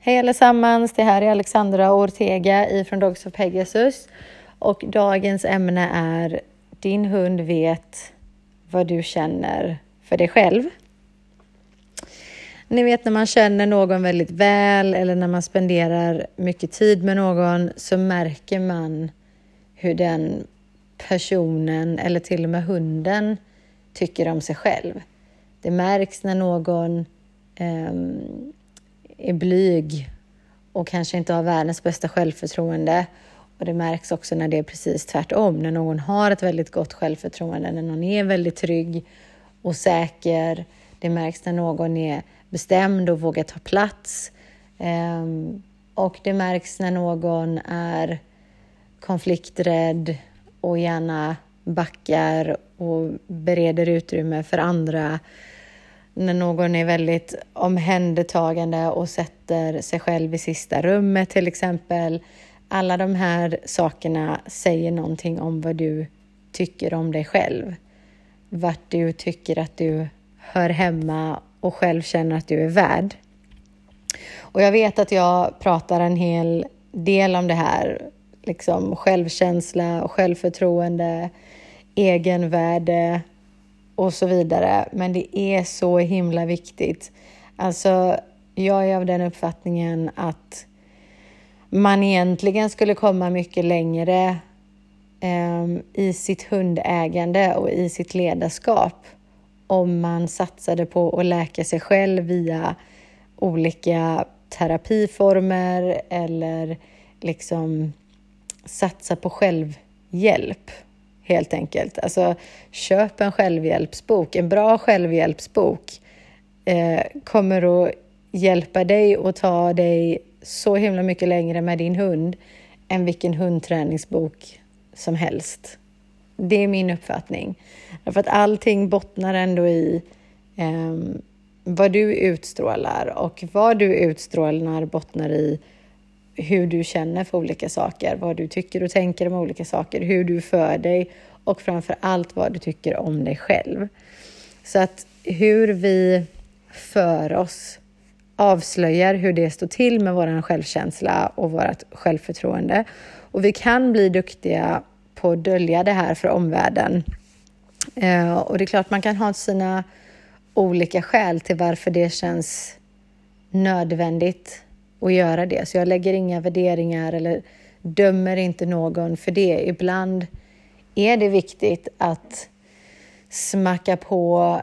Hej allesammans, det här är Alexandra Ortega ifrån Dogs of Pegasus och dagens ämne är din hund vet vad du känner för dig själv. Ni vet när man känner någon väldigt väl eller när man spenderar mycket tid med någon så märker man hur den personen eller till och med hunden tycker om sig själv. Det märks när någon är blyg och kanske inte har världens bästa självförtroende. Och det märks också när det är precis tvärtom. När någon har ett väldigt gott självförtroende, när någon är väldigt trygg och säker. Det märks när någon är bestämd och vågar ta plats. Och det märks när någon är konflikträdd och gärna backar och bereder utrymme för andra. När någon är väldigt omhändertagande och sätter sig själv i sista rummet till exempel. Alla de här sakerna säger någonting om vad du tycker om dig själv. Vart du tycker att du hör hemma och själv känner att du är värd. Och jag vet att jag pratar en hel del om det här. Liksom självkänsla och självförtroende, egenvärde och så vidare. Men det är så himla viktigt. Alltså, jag är av den uppfattningen att man egentligen skulle komma mycket längre i sitt hundägande och i sitt ledarskap om man satsade på att läka sig själv via olika terapiformer eller liksom satsa på självhjälp. Helt enkelt. Alltså, köp en självhjälpsbok. En bra självhjälpsbok kommer att hjälpa dig och ta dig så himla mycket längre med din hund än vilken hundträningsbok som helst. Det är min uppfattning. Därför att allting bottnar ändå i vad du utstrålar. Och vad du utstrålar bottnar i hur du känner för olika saker, vad du tycker och tänker om olika saker, hur du för dig och framför allt vad du tycker om dig själv. Så att hur vi för oss avslöjar hur det står till med vår självkänsla och vårt självförtroende. Och vi kan bli duktiga på att dölja det här för omvärlden. Och det är klart man kan ha sina olika skäl till varför det känns nödvändigt att göra det. Så jag lägger inga värderingar eller dömer inte någon för det. Ibland är det viktigt att smacka på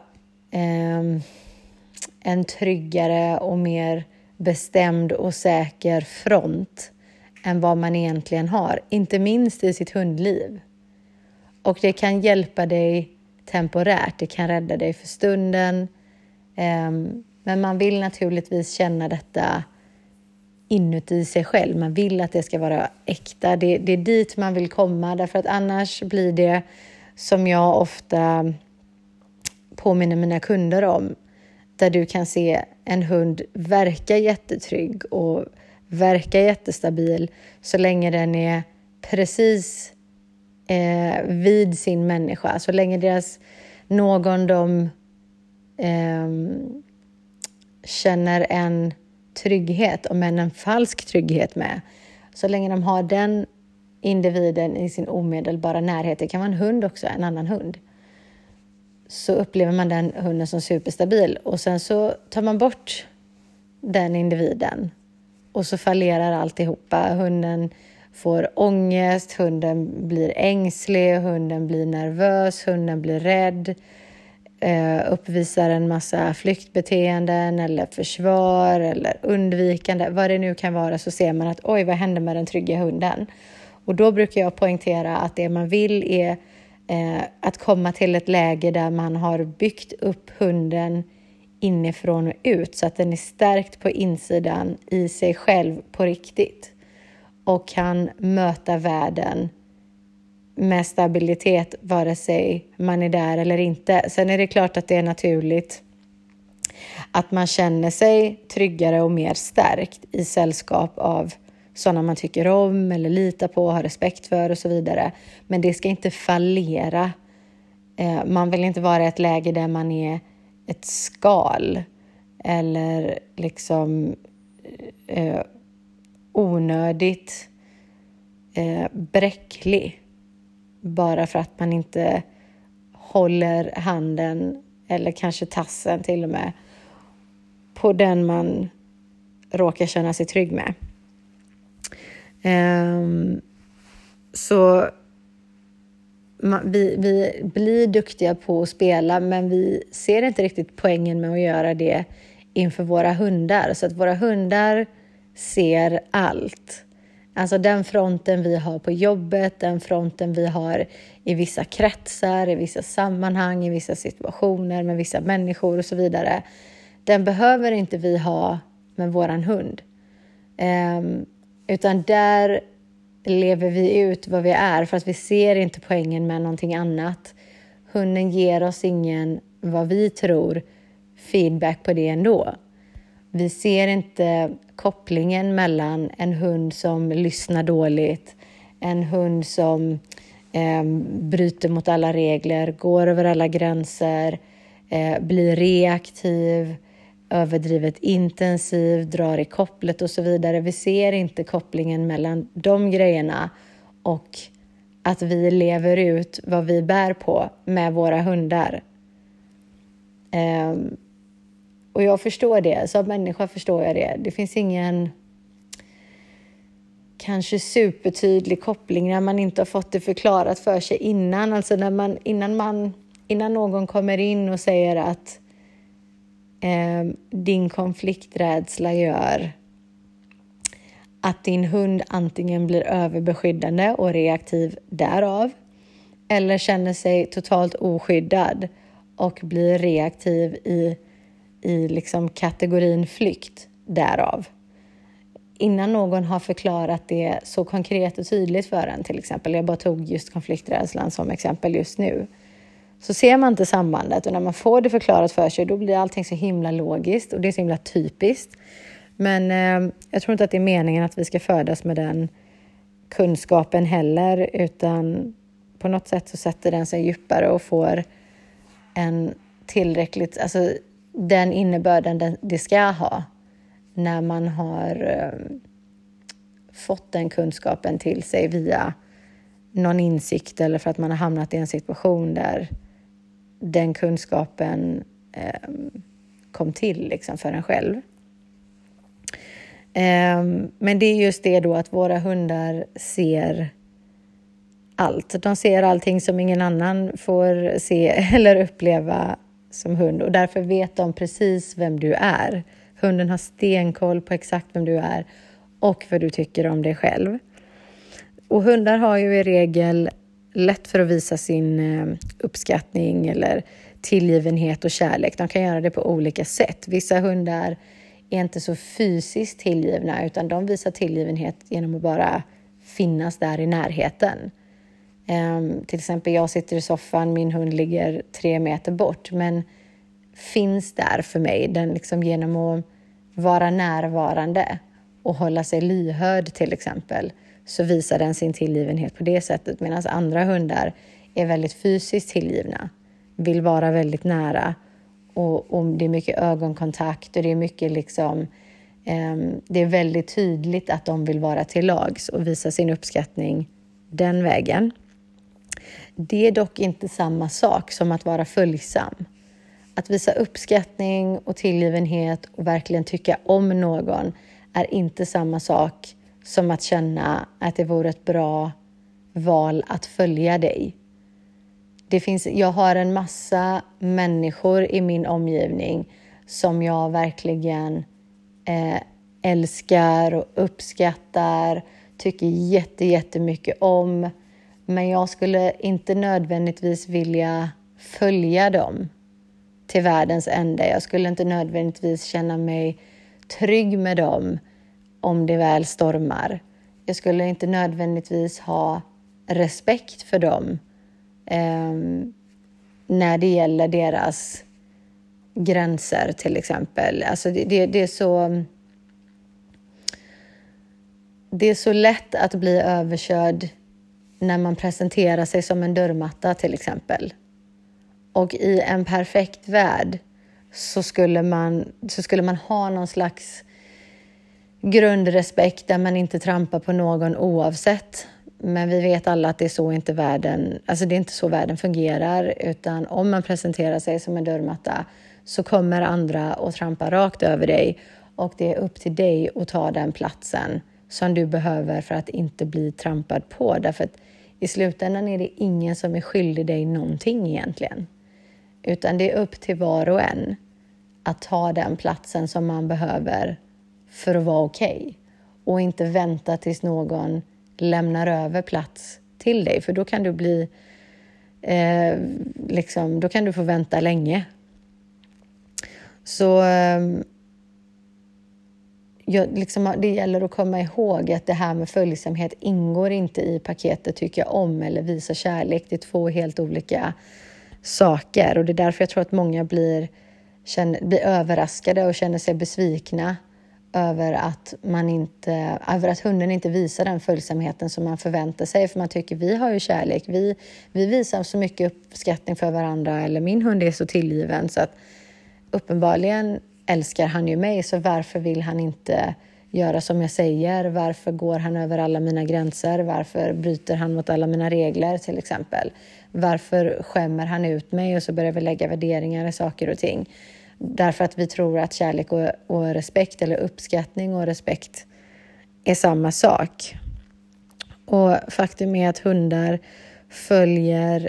en tryggare och mer bestämd och säker front än vad man egentligen har. Inte minst i sitt hundliv. Och det kan hjälpa dig temporärt. Det kan rädda dig för stunden. Men man vill naturligtvis känna detta inuti sig själv. Man vill att det ska vara äkta. Det är dit man vill komma. Därför att annars blir det som jag ofta påminner mina kunder om. Där du kan se en hund verka jättetrygg och verka jättestabil. Så länge den är precis vid sin människa. Så länge någon de känner en trygghet, om en falsk trygghet med. Så länge de har den individen i sin omedelbara närhet, det kan vara en hund också, en annan hund, så upplever man den hunden som superstabil. Och sen så tar man bort den individen och så fallerar alltihopa. Hunden får ångest, hunden blir ängslig, hunden blir nervös, hunden blir rädd, uppvisar en massa flyktbeteenden eller försvar eller undvikande, vad det nu kan vara. Så ser man att oj, vad hände med den trygga hunden? Och då brukar jag poängtera att det man vill är att komma till ett läge där man har byggt upp hunden inifrån och ut så att den är stärkt på insidan i sig själv på riktigt och kan möta världen med stabilitet vare sig man är där eller inte. Sen är det klart att det är naturligt att man känner sig tryggare och mer stärkt i sällskap av sådana man tycker om eller litar på, har respekt för och så vidare. Men det ska inte fallera. Man vill inte vara i ett läge där man är ett skal eller liksom onödigt bräcklig. Bara för att man inte håller handen eller kanske tassen till och med på den man råkar känna sig trygg med. Så vi blir duktiga på att spela, men vi ser inte riktigt poängen med att göra det inför våra hundar. Så att våra hundar ser allt. Alltså den fronten vi har på jobbet, den fronten vi har i vissa kretsar, i vissa sammanhang, i vissa situationer med vissa människor och så vidare. Den behöver inte vi ha med våran hund. Utan där lever vi ut vad vi är, för att vi ser inte poängen med någonting annat. Hunden ger oss ingen, vad vi tror, feedback på det ändå. Vi ser inte kopplingen mellan en hund som lyssnar dåligt, en hund som bryter mot alla regler, går över alla gränser, blir reaktiv, överdrivet intensiv, drar i kopplet och så vidare. Vi ser inte kopplingen mellan de grejerna och att vi lever ut vad vi bär på med våra hundar. Och jag förstår det, som människa förstår jag det. Det finns ingen kanske supertydlig koppling när man inte har fått det förklarat för sig innan. Alltså innan någon kommer in och säger att din konflikträdsla gör att din hund antingen blir överbeskyddande och reaktiv därav, eller känner sig totalt oskyddad och blir reaktiv i liksom kategorin flykt därav. Innan någon har förklarat det så konkret och tydligt för en, till exempel, jag bara tog just konflikträdslan som exempel just nu, så ser man inte sambandet, och när man får det förklarat för sig, då blir allting så himla logiskt och det är så himla typiskt. Men jag tror inte att det är meningen att vi ska födas med den kunskapen heller, utan på något sätt så sätter den sig djupare och får en tillräckligt, alltså den innebörden det ska ha när man har fått den kunskapen till sig via någon insikt, eller för att man har hamnat i en situation där den kunskapen kom till liksom för en själv. Men det är just det då, att våra hundar ser allt. De ser allting som ingen annan får se eller uppleva som hund, och därför vet de precis vem du är. Hunden har stenkoll på exakt vem du är och vad du tycker om dig själv. Och hundar har ju i regel lätt för att visa sin uppskattning eller tillgivenhet och kärlek. De kan göra det på olika sätt. Vissa hundar är inte så fysiskt tillgivna, utan de visar tillgivenhet genom att bara finnas där i närheten. Till exempel, jag sitter i soffan, min hund ligger 3 meter bort, men finns där för mig. Den liksom, genom att vara närvarande och hålla sig lyhörd till exempel, så visar den sin tillgivenhet på det sättet. Medan andra hundar är väldigt fysiskt tillgivna, vill vara väldigt nära, och det är mycket ögonkontakt, och det är mycket liksom, det är väldigt tydligt att de vill vara till lags och visa sin uppskattning den vägen. Det är dock inte samma sak som att vara följsam. Att visa uppskattning och tillgivenhet och verkligen tycka om någon är inte samma sak som att känna att det vore ett bra val att följa dig. Jag har en massa människor i min omgivning som jag verkligen älskar och uppskattar, tycker jättemycket om. Men jag skulle inte nödvändigtvis vilja följa dem till världens ände. Jag skulle inte nödvändigtvis känna mig trygg med dem om det väl stormar. Jag skulle inte nödvändigtvis ha respekt för dem när det gäller deras gränser till exempel. Alltså det är så lätt att bli överkörd när man presenterar sig som en dörrmatta till exempel. Och i en perfekt värld så skulle man ha någon slags grundrespekt där man inte trampar på någon oavsett. Men vi vet alla att det är så inte världen, alltså det är inte så världen fungerar, utan om man presenterar sig som en dörrmatta så kommer andra att trampa rakt över dig, och det är upp till dig att ta den platsen som du behöver för att inte bli trampad på. Därför att i slutändan är det ingen som är skyldig dig någonting egentligen, utan det är upp till var och en att ta den platsen som man behöver för att vara okej. Och inte vänta tills någon lämnar över plats till dig. För då kan du bli då kan du få vänta länge. Så det gäller att komma ihåg att det här med följsamhet ingår inte i paketet tycka om eller visa kärlek. Det är två helt olika saker. Och det är därför jag tror att många blir överraskade och känner sig besvikna över att hunden inte visar den följsamheten som man förväntar sig. För man tycker, vi har ju kärlek. Vi visar så mycket uppskattning för varandra. Eller min hund är så tillgiven så att uppenbarligen älskar han ju mig. Så varför vill han inte göra som jag säger? Varför går han över alla mina gränser? Varför bryter han mot alla mina regler till exempel? Varför skämmer han ut mig? Och så börjar vi lägga värderingar i saker och ting. Därför att vi tror att kärlek och respekt, eller uppskattning och respekt, är samma sak. Och faktum är att hundar följer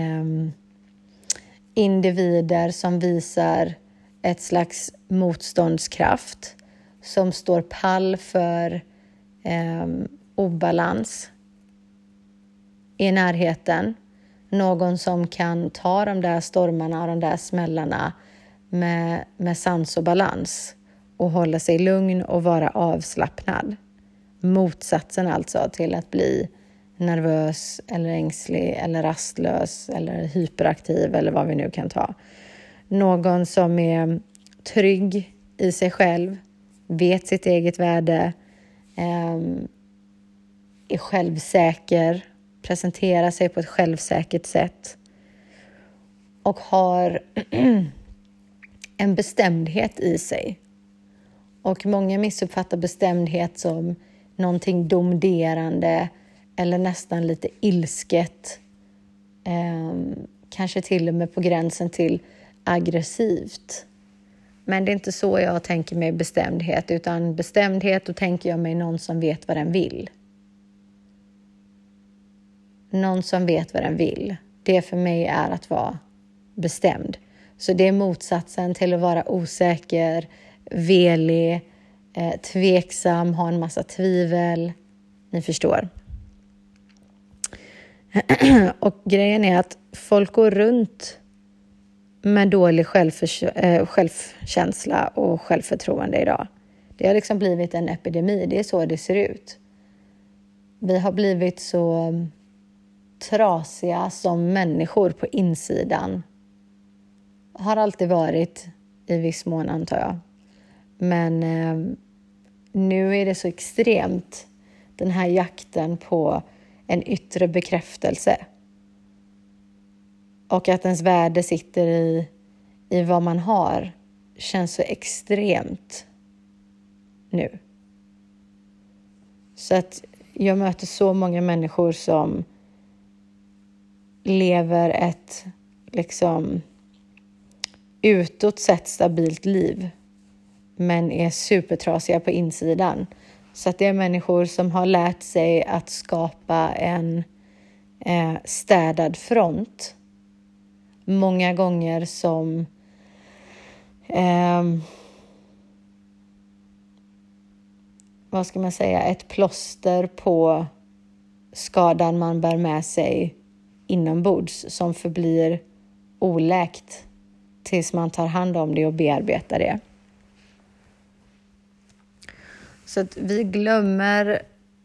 individer som visar ett slags motståndskraft, som står pall för obalans i närheten. Någon som kan ta de där stormarna och de där smällarna med sans och balans och hålla sig lugn och vara avslappnad. Motsatsen alltså till att bli nervös eller ängslig eller rastlös eller hyperaktiv eller vad vi nu kan ta. Någon som är trygg i sig själv, vet sitt eget värde, är självsäker, presenterar sig på ett självsäkert sätt och har en bestämdhet i sig. Och många missuppfattar bestämdhet som någonting domderande eller nästan lite ilsket. Kanske till och med på gränsen till aggressivt. Men det är inte så jag tänker mig bestämdhet, utan bestämdhet, då tänker jag mig någon som vet vad den vill. Någon som vet vad den vill. Det för mig är att vara bestämd. Så det är motsatsen till att vara osäker, velig, tveksam, ha en massa tvivel. Ni förstår. Och grejen är att folk går runt med dålig självkänsla och självförtroende idag. Det har liksom blivit en epidemi. Det är så det ser ut. Vi har blivit så trasiga som människor på insidan. Har alltid varit i viss mån, antar jag. Men nu är det så extremt, den här jakten på en yttre bekräftelse. Och att ens värde sitter i vad man har känns så extremt nu. Så att jag möter så många människor som lever ett utåt sett stabilt liv, men är supertrasiga på insidan. Så att det är människor som har lärt sig att skapa en städad front. Många gånger som vad ska man säga, ett plåster på skadan man bär med sig inombords, som förblir oläkt tills man tar hand om det och bearbetar det. Så att vi glömmer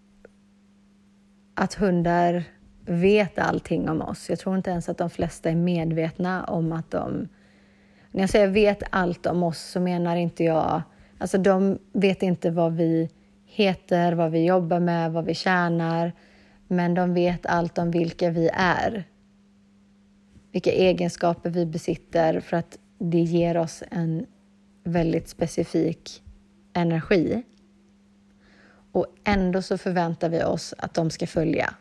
att hundar vet allting om oss. Jag tror inte ens att de flesta är medvetna om att när jag säger vet allt om oss, så menar inte jag, alltså de vet inte vad vi heter, vad vi jobbar med, vad vi tjänar, men de vet allt om vilka vi är. Vilka egenskaper vi besitter, för att det ger oss en väldigt specifik energi. Och ändå så förväntar vi oss att de ska följa.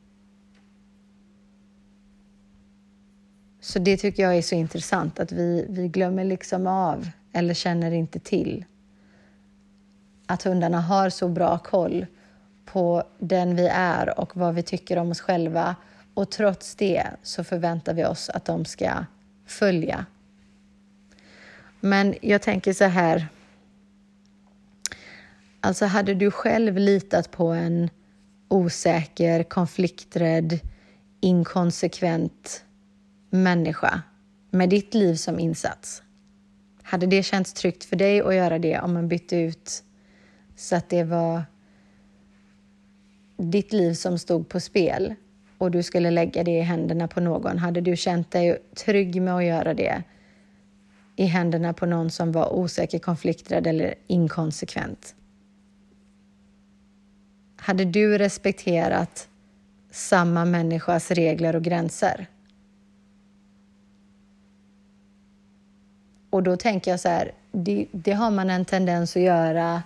Så det tycker jag är så intressant, att vi glömmer liksom av eller känner inte till att hundarna har så bra koll på den vi är och vad vi tycker om oss själva. Och trots det så förväntar vi oss att de ska följa. Men jag tänker så här. Alltså hade du själv litat på en osäker, konflikträdd, inkonsekvent människa med ditt liv som insats? Hade det känts tryggt för dig att göra det om man bytte ut så att det var ditt liv som stod på spel och du skulle lägga det i händerna på någon? Hade du känt dig trygg med att göra det i händerna på någon som var osäker, konflikträdd eller inkonsekvent? Hade du respekterat samma människas regler och gränser? Och då tänker jag så här, det har man en tendens att göra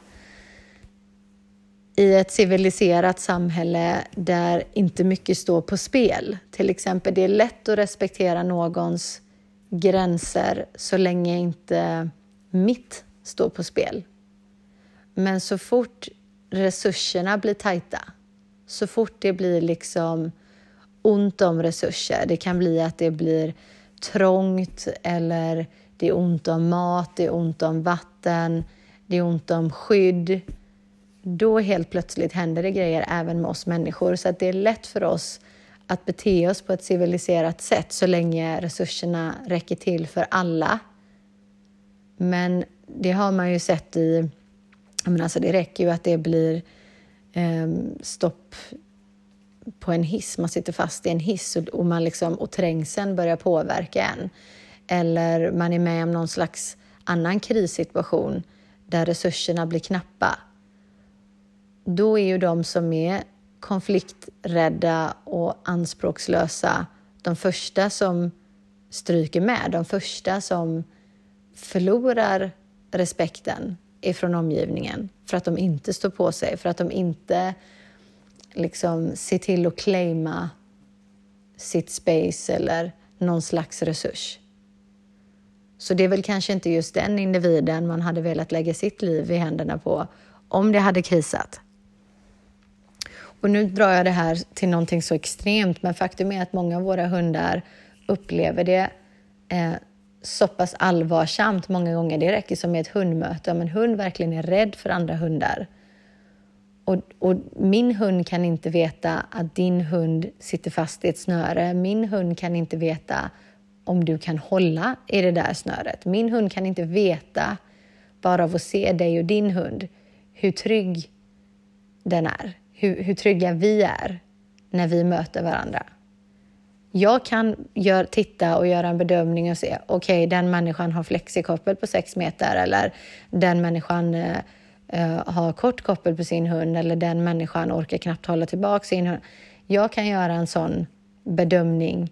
i ett civiliserat samhälle där inte mycket står på spel. Till exempel, det är lätt att respektera någons gränser så länge inte mitt står på spel. Men så fort resurserna blir tajta, så fort det blir liksom ont om resurser, det kan bli att det blir trångt eller det är ont om mat, det är ont om vatten, det är ont om skydd. Då helt plötsligt händer det grejer även med oss människor. Så att det är lätt för oss att bete oss på ett civiliserat sätt så länge resurserna räcker till för alla. Men det har man ju sett i, alltså det räcker ju att det blir stopp på en hiss. Man sitter fast i en hiss och man liksom, och trängseln börjar påverka en. Eller man är med om någon slags annan krissituation där resurserna blir knappa. Då är ju de som är konflikträdda och anspråkslösa de första som stryker med. De första som förlorar respekten ifrån omgivningen för att de inte står på sig. För att de inte liksom ser till att claima sitt space eller någon slags resurs. Så det är väl kanske inte just den individen man hade velat lägga sitt liv i händerna på om det hade krisat. Och nu drar jag det här till någonting så extremt, men faktum är att många av våra hundar upplever det så pass allvarsamt många gånger. Det räcker som med ett hundmöte om en hund verkligen är rädd för andra hundar. Och min hund kan inte veta att din hund sitter fast i ett snöre. Min hund kan inte veta om du kan hålla i det där snöret. Min hund kan inte veta, bara av att se dig och din hund, hur trygg den är. Hur trygga vi är när vi möter varandra. Jag kan titta och göra en bedömning och se, okej, den människan har flexikoppel på 6 meter, eller den människan har kort koppel på sin hund, eller den människan orkar knappt hålla tillbaka sin hund. Jag kan göra en sån bedömning.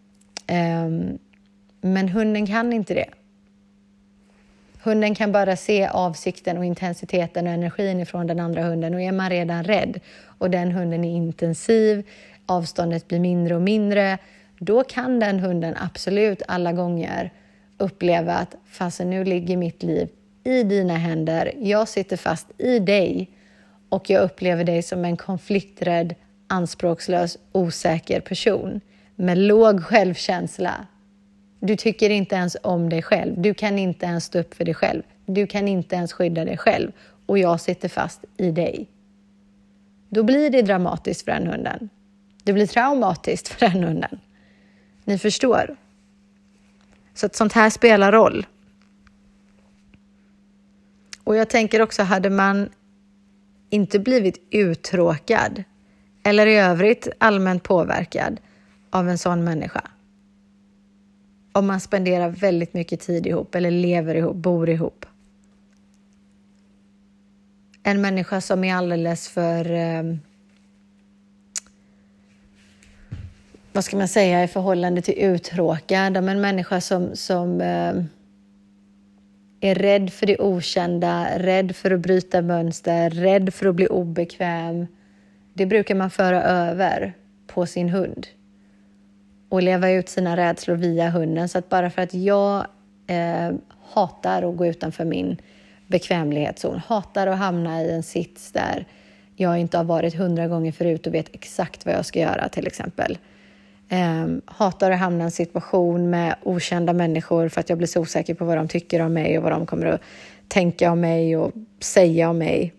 Men hunden kan inte det. Hunden kan bara se avsikten och intensiteten och energin ifrån den andra hunden. Och är man redan rädd och den hunden är intensiv, avståndet blir mindre och mindre, då kan den hunden absolut alla gånger uppleva att fast nu ligger mitt liv i dina händer. Jag sitter fast i dig och jag upplever dig som en konflikträdd, anspråkslös, osäker person med låg självkänsla. Du tycker inte ens om dig själv. Du kan inte ens stå upp för dig själv. Du kan inte ens skydda dig själv. Och jag sitter fast i dig. Då blir det dramatiskt för den hunden. Det blir traumatiskt för den hunden. Ni förstår. Så att sånt här spelar roll. Och jag tänker också, hade man inte blivit uttråkad eller i övrigt allmänt påverkad av en sån människa, om man spenderar väldigt mycket tid ihop eller lever ihop, bor ihop. En människa som är alldeles för, vad ska man säga, i förhållande till uttråkad. En människa som är rädd för det okända, rädd för att bryta mönster, rädd för att bli obekväm. Det brukar man föra över på sin hund och leva ut sina rädslor via hunden. Så att bara för att jag hatar att gå utanför min bekvämlighetszon, hatar att hamna i en sits där jag inte har varit 100 gånger förut och vet exakt vad jag ska göra till exempel. Hatar att hamna i en situation med okända människor för att jag blir så osäker på vad de tycker om mig och vad de kommer att tänka om mig och säga om mig.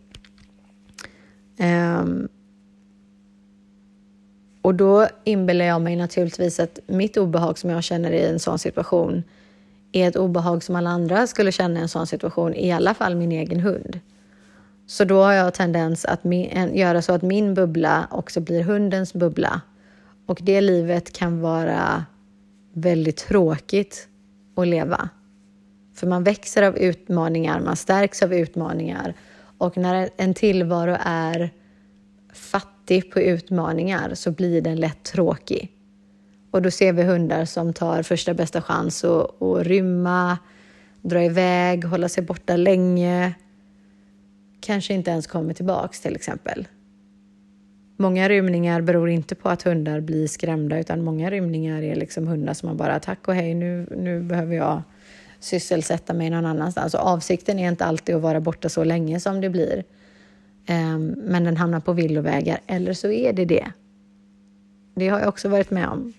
Och då inbillar jag mig naturligtvis att mitt obehag som jag känner i en sån situation är ett obehag som alla andra skulle känna i en sån situation, i alla fall min egen hund. Så då har jag tendens att göra så att min bubbla också blir hundens bubbla. Och det livet kan vara väldigt tråkigt att leva. För man växer av utmaningar, man stärks av utmaningar. Och när en tillvaro är fattig på utmaningar så blir den lätt tråkig. Och då ser vi hundar som tar första bästa chans att rymma, dra iväg, hålla sig borta länge. Kanske inte ens kommer tillbaks till exempel. Många rymningar beror inte på att hundar blir skrämda, utan många rymningar är liksom hundar som man bara tack och hej, nu behöver jag sysselsätta mig någon annanstans. Och avsikten är inte alltid att vara borta så länge som det blir. Men den hamnar på villovägar, eller så är det det. Det har jag också varit med om.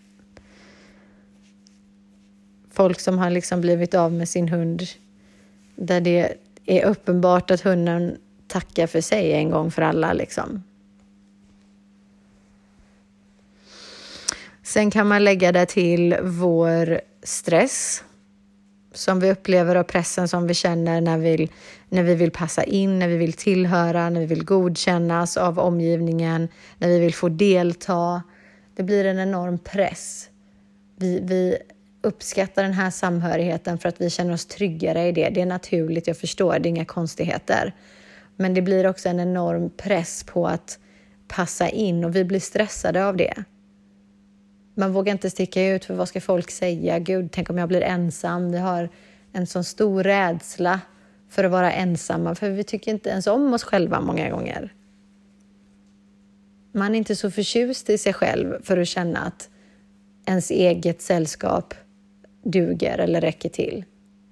Folk som har liksom blivit av med sin hund där det är uppenbart att hunden tackar för sig en gång för alla liksom. Sen kan man lägga det till vår stress som vi upplever och pressen som vi känner när vi vill passa in, när vi vill tillhöra, när vi vill godkännas av omgivningen, när vi vill få delta. Det blir en enorm press. Vi uppskattar den här samhörigheten för att vi känner oss tryggare i det. Det är naturligt, jag förstår, det är inga konstigheter. Men det blir också en enorm press på att passa in och vi blir stressade av det. Man vågar inte sticka ut, för vad ska folk säga? Gud, tänk om jag blir ensam. Vi har en sån stor rädsla för att vara ensamma, för vi tycker inte ens om oss själva många gånger. Man är inte så förtjust i sig själv för att känna att ens eget sällskap duger eller räcker till.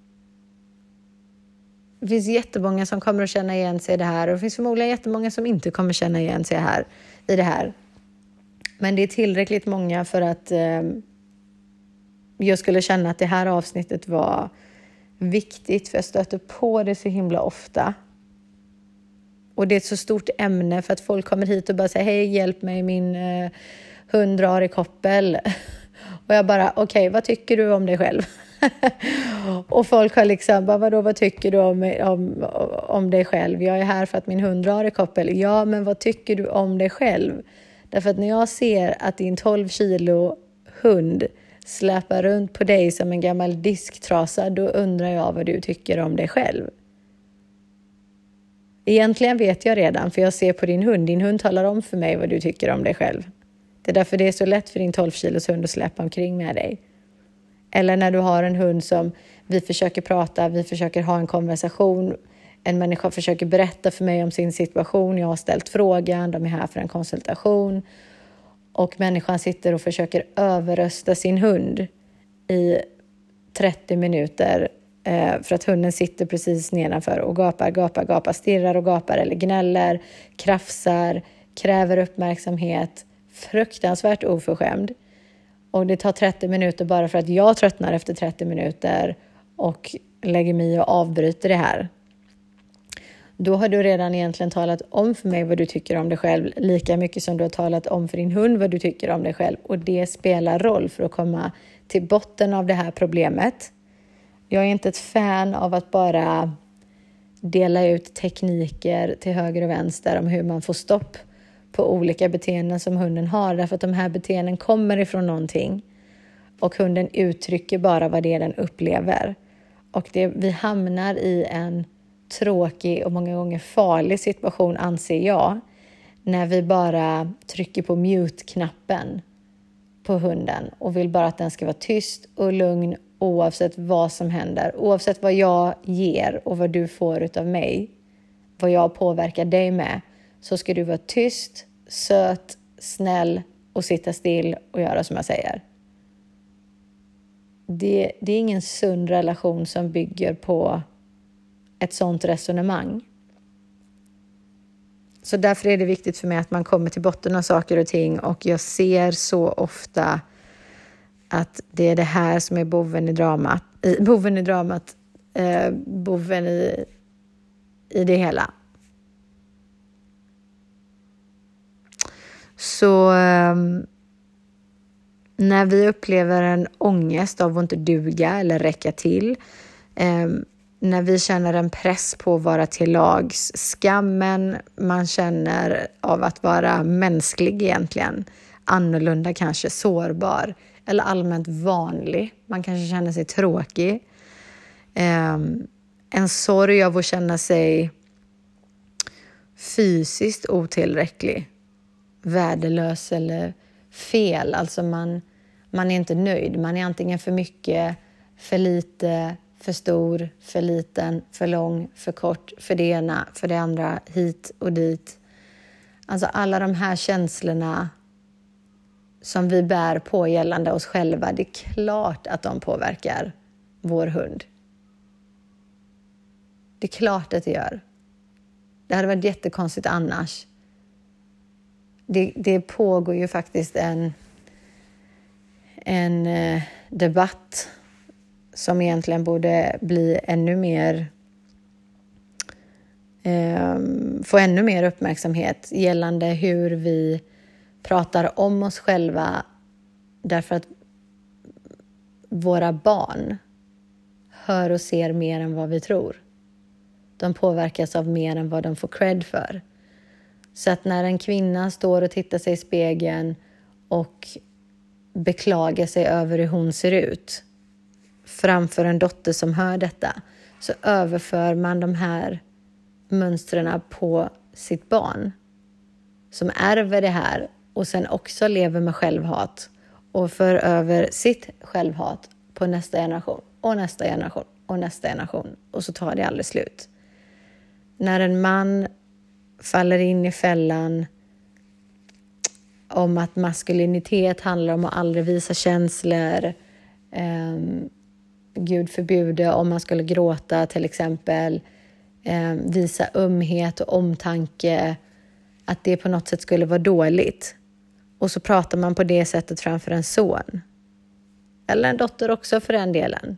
Det finns jättemånga som kommer att känna igen sig i det här, och det finns förmodligen jättemånga som inte kommer känna igen sig i det här. Men det är tillräckligt många för att jag skulle känna att det här avsnittet var viktigt, för jag stöter på det så himla ofta. Och det är ett så stort ämne för att folk kommer hit och bara säger hej, hjälp mig, min hund drar i koppel. Och jag bara, okej, vad tycker du om dig själv? Och folk har liksom, vad tycker du om dig själv? Jag är här för att min hund drar i koppel. Ja, men vad tycker du om dig själv? Därför att när jag ser att din 12 kilo hund släpar runt på dig som en gammal disktrasa, då undrar jag vad du tycker om dig själv. Egentligen vet jag redan, för jag ser på din hund. Din hund talar om för mig vad du tycker om dig själv. Det är därför det är så lätt för din 12 kilos hund att släppa omkring med dig. Eller när du har en hund som vi försöker prata, vi försöker ha en konversation. En människa försöker berätta för mig om sin situation. Jag har ställt frågan, de är här för en konsultation. Och människan sitter och försöker överrösta sin hund i 30 minuter. För att hunden sitter precis nedanför och gapar, stirrar och gapar eller gnäller, krafsar, kräver uppmärksamhet. Fruktansvärt oförskämd. Och det tar 30 minuter bara för att jag tröttnar efter 30 minuter och lägger mig i och avbryter det här. Då har du redan egentligen talat om för mig vad du tycker om dig själv, lika mycket som du har talat om för din hund vad du tycker om dig själv. Och det spelar roll för att komma till botten av det här problemet. Jag är inte ett fan av att bara dela ut tekniker till höger och vänster om hur man får stopp på olika beteenden som hunden har. Därför att de här beteenden kommer ifrån någonting. Och hunden uttrycker bara vad det är den upplever. Och vi hamnar i en tråkig och många gånger farlig situation, anser jag, när vi bara trycker på mute-knappen på hunden och vill bara att den ska vara tyst och lugn oavsett vad som händer. Oavsett vad jag ger och vad du får utav mig. Vad jag påverkar dig med. Så ska du vara tyst, söt, snäll och sitta still och göra som jag säger. Det är ingen sund relation som bygger på ett sånt resonemang. Så därför är det viktigt för mig att man kommer till botten av saker och ting. Och jag ser så ofta att det är det här som är boven i det hela. Så när vi upplever en ångest av att inte duga eller räcka till, när vi känner en press på att vara till lags, skammen man känner av att vara mänsklig egentligen, annorlunda kanske, sårbar eller allmänt vanlig, man kanske känner sig tråkig, en sorg av att känna sig fysiskt otillräcklig, värdelös eller fel, alltså man är inte nöjd, man är antingen för mycket, för lite, för stor, för liten, för lång, för kort, för det ena, för det andra, hit och dit. Alltså alla de här känslorna som vi bär på gällande oss själva, det är klart att de påverkar vår hund. Det är klart att det gör. Det hade varit jättekonstigt annars. Det pågår ju faktiskt en debatt som egentligen borde bli ännu mer få ännu mer uppmärksamhet gällande hur vi pratar om oss själva, därför att våra barn hör och ser mer än vad vi tror. De påverkas av mer än vad de får cred för. Så att när en kvinna står och tittar sig i spegeln och beklagar sig över hur hon ser ut framför en dotter som hör detta, så överför man de här mönstren på sitt barn som ärver det här och sen också lever med självhat och för över sitt självhat på nästa generation och nästa generation och nästa generation, och så tar det aldrig slut. När en man faller in i fällan om att maskulinitet handlar om att aldrig visa känslor, Gud förbjude om man skulle gråta till exempel, visa ömhet och omtanke, att det på något sätt skulle vara dåligt. Och så pratar man på det sättet framför en son. Eller en dotter också för den delen.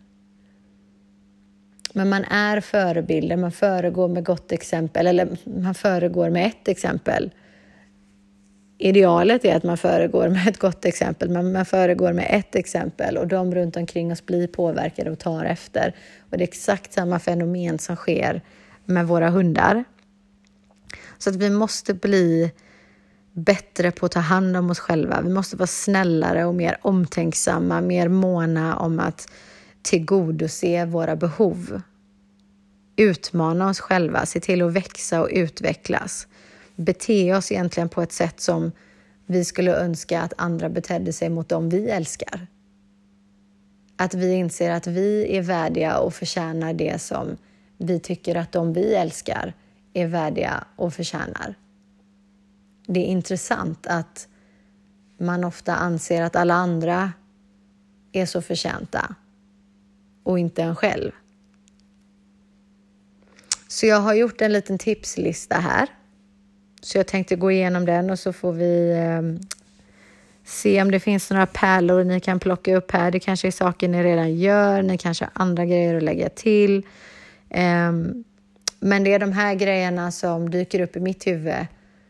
Men man är förebilder, man föregår med gott exempel, eller man föregår med ett exempel. Idealet är att man föregår med ett gott exempel, men man föregår med ett exempel och de runt omkring oss blir påverkade och tar efter. Och det är exakt samma fenomen som sker med våra hundar. Så att vi måste bli bättre på att ta hand om oss själva. Vi måste vara snällare och mer omtänksamma, mer måna om att tillgodose våra behov. Utmana oss själva, se till att växa och utvecklas. Bete oss egentligen på ett sätt som vi skulle önska att andra betedde sig mot dem vi älskar. Att vi inser att vi är värdiga och förtjänar det som vi tycker att de vi älskar är värdiga och förtjänar. Det är intressant att man ofta anser att alla andra är så förtjänta och inte en själv. Så jag har gjort en liten tipslista här. Så jag tänkte gå igenom den och så får vi se om det finns några pärlor ni kan plocka upp här. Det kanske är saker ni redan gör. Ni kanske har andra grejer att lägga till. Men det är de här grejerna som dyker upp i mitt huvud.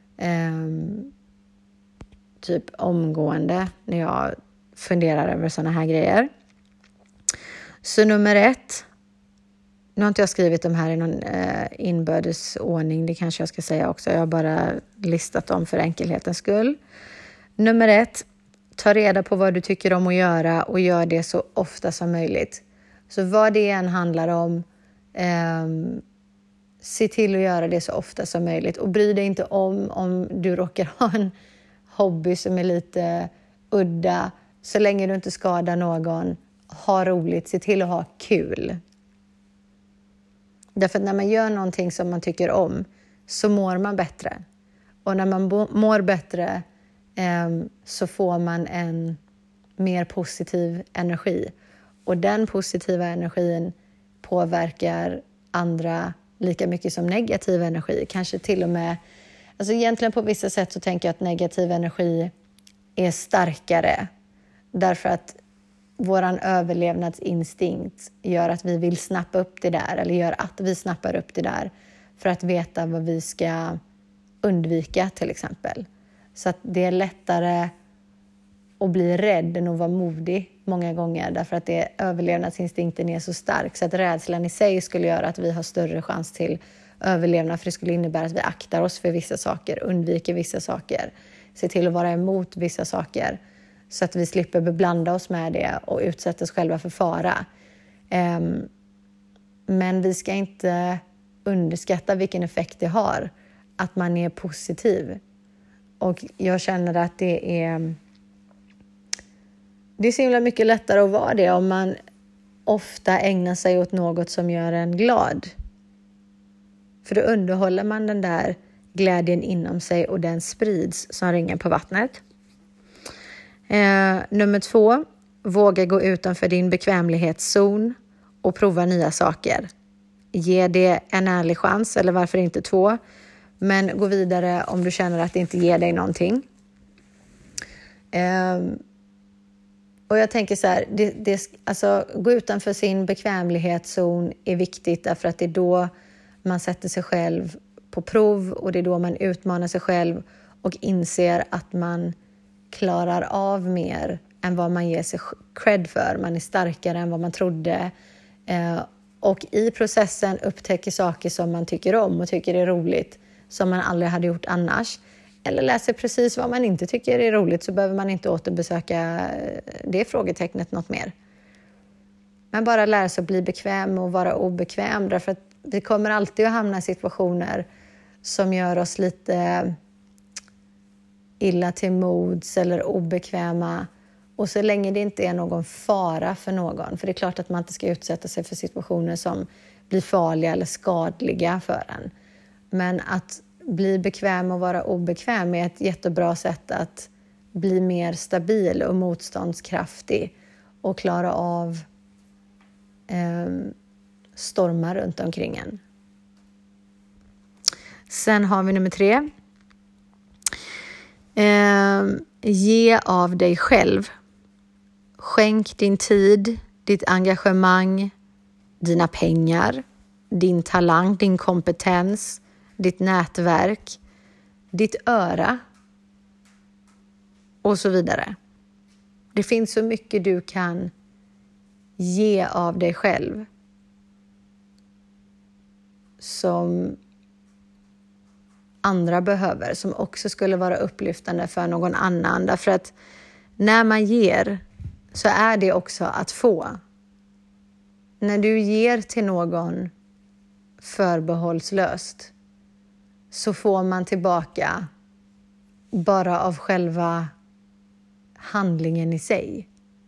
Typ omgående när jag funderar över sådana här grejer. Så nummer 1. Nu har inte jag skrivit de här i någon inbördes ordning. Det kanske jag ska säga också. Jag har bara listat dem för enkelhetens skull. Nummer 1. Ta reda på vad du tycker om att göra och gör det så ofta som möjligt. Så vad det än handlar om, se till att göra det så ofta som möjligt. Och bry dig inte om du råkar ha en hobby som är lite udda. Så länge du inte skadar någon, ha roligt, se till att ha kul. Därför att när man gör någonting som man tycker om så mår man bättre. Och när man mår bättre så får man en mer positiv energi. Och den positiva energin påverkar andra lika mycket som negativ energi. Kanske till och med, alltså egentligen på vissa sätt så tänker jag att negativ energi är starkare. Därför att våran överlevnadsinstinkt gör att vi vill snappa upp det där. Eller gör att vi snappar upp det där. För att veta vad vi ska undvika till exempel. Så att det är lättare att bli rädd än att vara modig många gånger. Därför att överlevnadsinstinkten är så stark. Så att rädslan i sig skulle göra att vi har större chans till överlevnad. För det skulle innebära att vi aktar oss för vissa saker. Undviker vissa saker. Se till att vara emot vissa saker. Så att vi slipper beblanda oss med det och utsätta oss själva för fara. Men vi ska inte underskatta vilken effekt det har. Att man är positiv. Och jag känner att det är så himla mycket lättare att vara det om man ofta ägnar sig åt något som gör en glad. För då underhåller man den där glädjen inom sig och den sprids som ringen på vattnet. Nummer 2. Våga gå utanför din bekvämlighetszon och prova nya saker. Ge det en ärlig chans, eller varför inte 2. Men gå vidare om du känner att det inte ger dig någonting. Och jag tänker så här, alltså, gå utanför sin bekvämlighetszon är viktigt därför att det är då man sätter sig själv på prov och det är då man utmanar sig själv och inser att man klarar av mer än vad man ger sig cred för. Man är starkare än vad man trodde. Och i processen upptäcker saker som man tycker om och tycker är roligt som man aldrig hade gjort annars. Eller läser precis vad man inte tycker är roligt så behöver man inte återbesöka det frågetecknet något mer. Men bara lära sig att bli bekväm och vara obekväm. Därför att vi kommer alltid att hamna i situationer som gör oss lite illa till mods eller obekväma. Och så länge det inte är någon fara för någon. För det är klart att man inte ska utsätta sig för situationer som blir farliga eller skadliga för en. Men att bli bekväm och vara obekväm är ett jättebra sätt att bli mer stabil och motståndskraftig. Och klara av stormar runt omkring en. Sen har vi nummer 3. Ge av dig själv. Skänk din tid, ditt engagemang, dina pengar, din talang, din kompetens, ditt nätverk, ditt öra och så vidare. Det finns så mycket du kan ge av dig själv som andra behöver, som också skulle vara upplyftande för någon annan. Därför att när man ger så är det också att få. När du ger till någon förbehållslöst så får man tillbaka bara av själva handlingen i sig.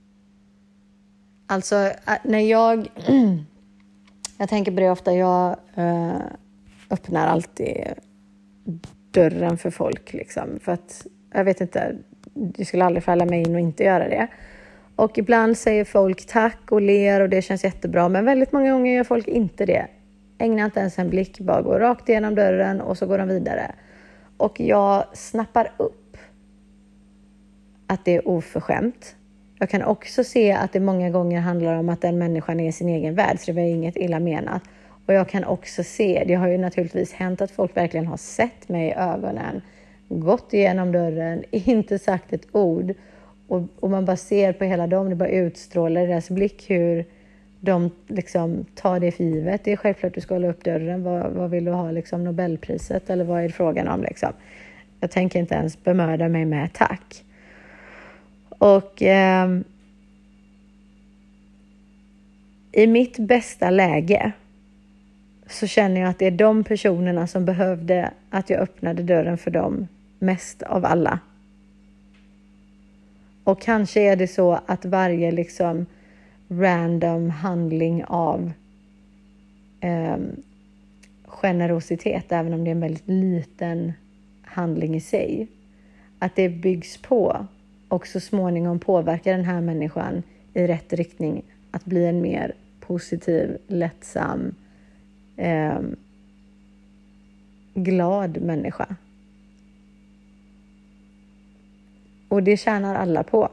Alltså när jag tänker på det ofta, jag öppnar alltid dörren för folk liksom, för att jag vet inte, det skulle aldrig falla mig in och inte göra det. Och ibland säger folk tack och ler och det känns jättebra, men väldigt många gånger gör folk inte det. Ägnar inte ens en blick, bara går rakt igenom dörren och så går de vidare. Och jag snappar upp att det är oförskämt. Jag kan också se att det många gånger handlar om att den människan är i sin egen värld, så det var inget illa menat. Och jag kan också se, det har ju naturligtvis hänt att folk verkligen har sett mig i ögonen, gått igenom dörren, inte sagt ett ord. Och man bara ser på hela dem, det bara utstrålar i deras blick hur de liksom tar det för givet. Det är självklart du ska hålla upp dörren. Vad vill du ha? Liksom Nobelpriset? Eller vad är det frågan om? Liksom? Jag tänker inte ens bemöda mig med tack. Och i mitt bästa läge så känner jag att det är de personerna som behövde att jag öppnade dörren för dem mest av alla. Och kanske är det så att varje random handling av generositet, även om det är en väldigt liten handling i sig. Att det byggs på och så småningom påverkar den här människan i rätt riktning att bli en mer positiv, lättsam, glad människa. Och det tjänar alla på.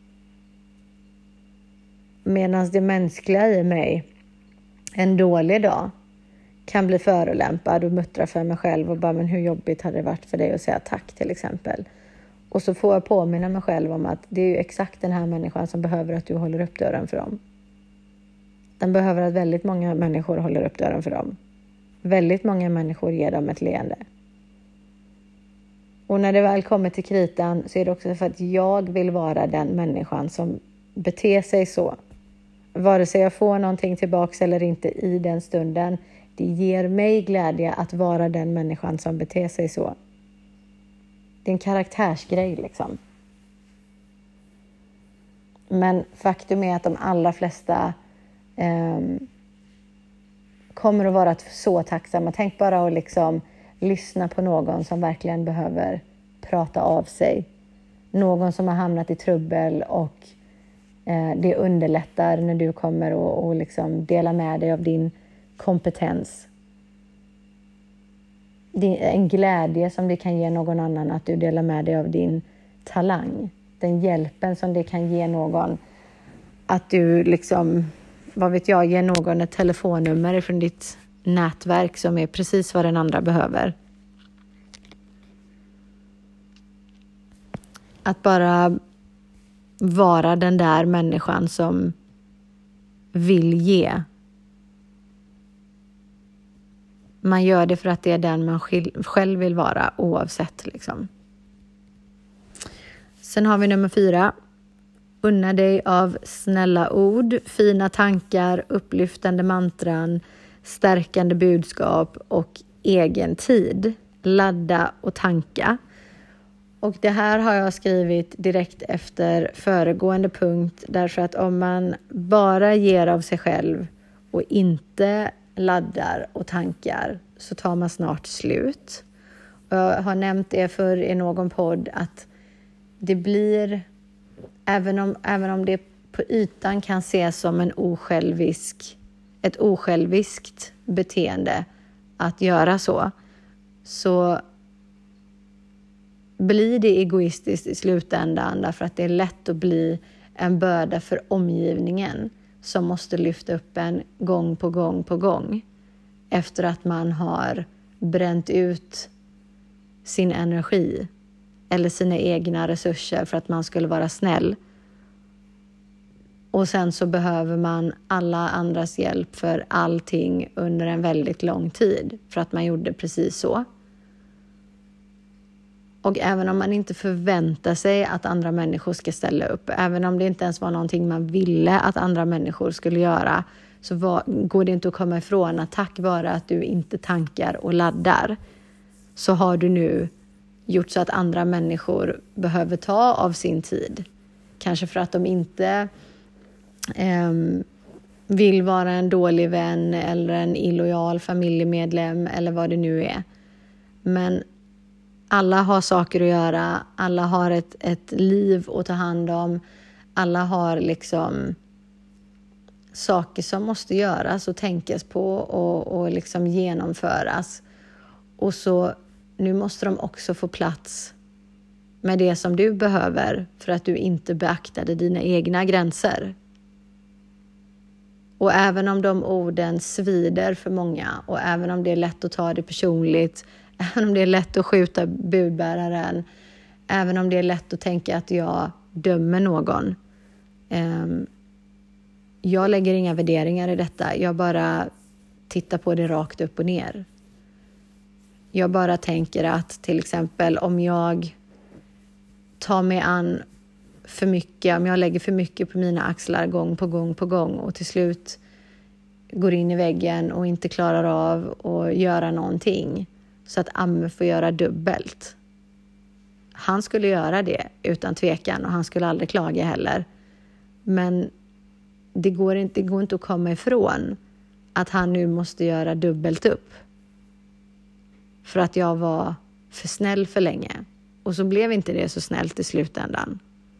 Medan det mänskliga i mig en dålig dag kan bli förolämpad och muttra för mig själv och bara, men hur jobbigt hade det varit för dig att säga tack till exempel. Och så får jag påminna mig själv om att det är ju exakt den här människan som behöver att du håller upp dörren för dem. Den behöver att väldigt många människor håller upp dörren för dem. Väldigt många människor ger dem ett leende. Och när det väl kommer till kritan så är det också för att jag vill vara den människan som beter sig så. Vare sig jag får någonting tillbaks eller inte i den stunden. Det ger mig glädje att vara den människan som beter sig så. Det är en karaktärsgrej liksom. Men faktum är att de allra flesta kommer att vara så tacksamma. Tänk bara att liksom lyssna på någon som verkligen behöver prata av sig. Någon som har hamnat i trubbel och det underlättar när du kommer och liksom dela med dig av din kompetens. Det är en glädje som det kan ge någon annan att du delar med dig av din talang. Den hjälpen som det kan ge någon att du liksom, vad vet jag, ger någon ett telefonnummer från ditt nätverk som är precis vad den andra behöver. Att bara vara den där människan som vill ge. Man gör det för att det är den man själv vill vara oavsett liksom. Sen har vi nummer 4. Unna dig av snälla ord, fina tankar, upplyftande mantran, stärkande budskap och egen tid. Ladda och tanka. Och det här har jag skrivit direkt efter föregående punkt. Därför att om man bara ger av sig själv och inte laddar och tankar så tar man snart slut. Jag har nämnt det för i någon podd att det blir, även om det på ytan kan ses som ett osjälviskt beteende att göra så blir det egoistiskt i slutändan därför att det är lätt att bli en börda för omgivningen som måste lyfta upp en gång på gång på gång efter att man har bränt ut sin energi eller sina egna resurser för att man skulle vara snäll. Och sen så behöver man alla andras hjälp för allting under en väldigt lång tid för att man gjorde precis så. Och även om man inte förväntar sig att andra människor ska ställa upp, även om det inte ens var någonting man ville att andra människor skulle göra, så går det inte att komma ifrån att tack vare att du inte tankar och laddar så har du nu gjort så att andra människor behöver ta av sin tid. Kanske för att de inte vill vara en dålig vän eller en illojal familjemedlem eller vad det nu är. Men alla har saker att göra, alla har ett liv att ta hand om, alla har liksom saker som måste göras och tänkas på och liksom genomföras. Och så nu måste de också få plats med det som du behöver för att du inte beaktade dina egna gränser. Och även om de orden svider för många och även om det är lätt att ta det personligt, även om det är lätt att skjuta budbäraren, även om det är lätt att tänka att jag dömer någon. Jag lägger inga värderingar i detta. Jag bara tittar på det rakt upp och ner. Jag bara tänker att till exempel om jag tar mig an för mycket, om jag lägger för mycket på mina axlar gång på gång och till slut går in i väggen och inte klarar av att göra någonting så att Amme får göra dubbelt. Han skulle göra det utan tvekan och han skulle aldrig klaga heller. Men det går inte att komma ifrån att han nu måste göra dubbelt upp. För att jag var för snäll för länge. Och så blev inte det så snällt i slutändan.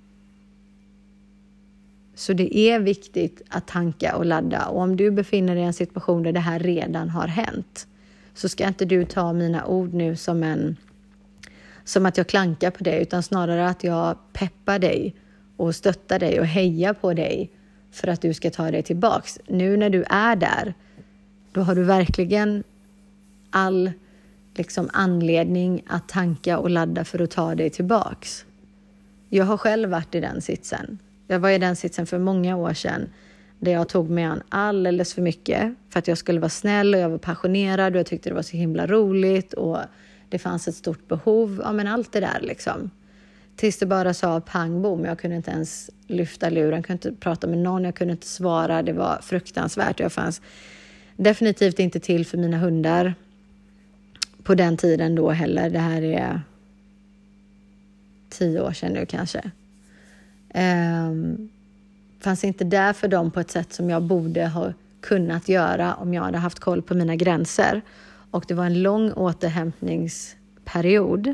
Så det är viktigt att tanka och ladda. Och om du befinner dig i en situation där det här redan har hänt, så ska inte du ta mina ord nu som att jag klankar på dig, utan snarare att jag peppar dig och stöttar dig och hejar på dig för att du ska ta dig tillbaks. Nu när du är där, då har du verkligen all anledning att tanka och ladda för att ta dig tillbaks. Jag har själv varit i den sitsen. Jag var i den sitsen för många år sedan, där jag tog mig an alldeles för mycket för att jag skulle vara snäll, och jag var passionerad och jag tyckte det var så himla roligt och det fanns ett stort behov. Ja, men allt det där Tills det bara sa pang bom. Jag kunde inte ens lyfta luren, jag kunde inte prata med någon, jag kunde inte svara. Det var fruktansvärt. Jag fanns definitivt inte till för mina hundar på den tiden då heller. Det här är 10 år sedan nu kanske. Fanns inte där för dem på ett sätt som jag borde ha kunnat göra om jag hade haft koll på mina gränser. Och det var en lång återhämtningsperiod.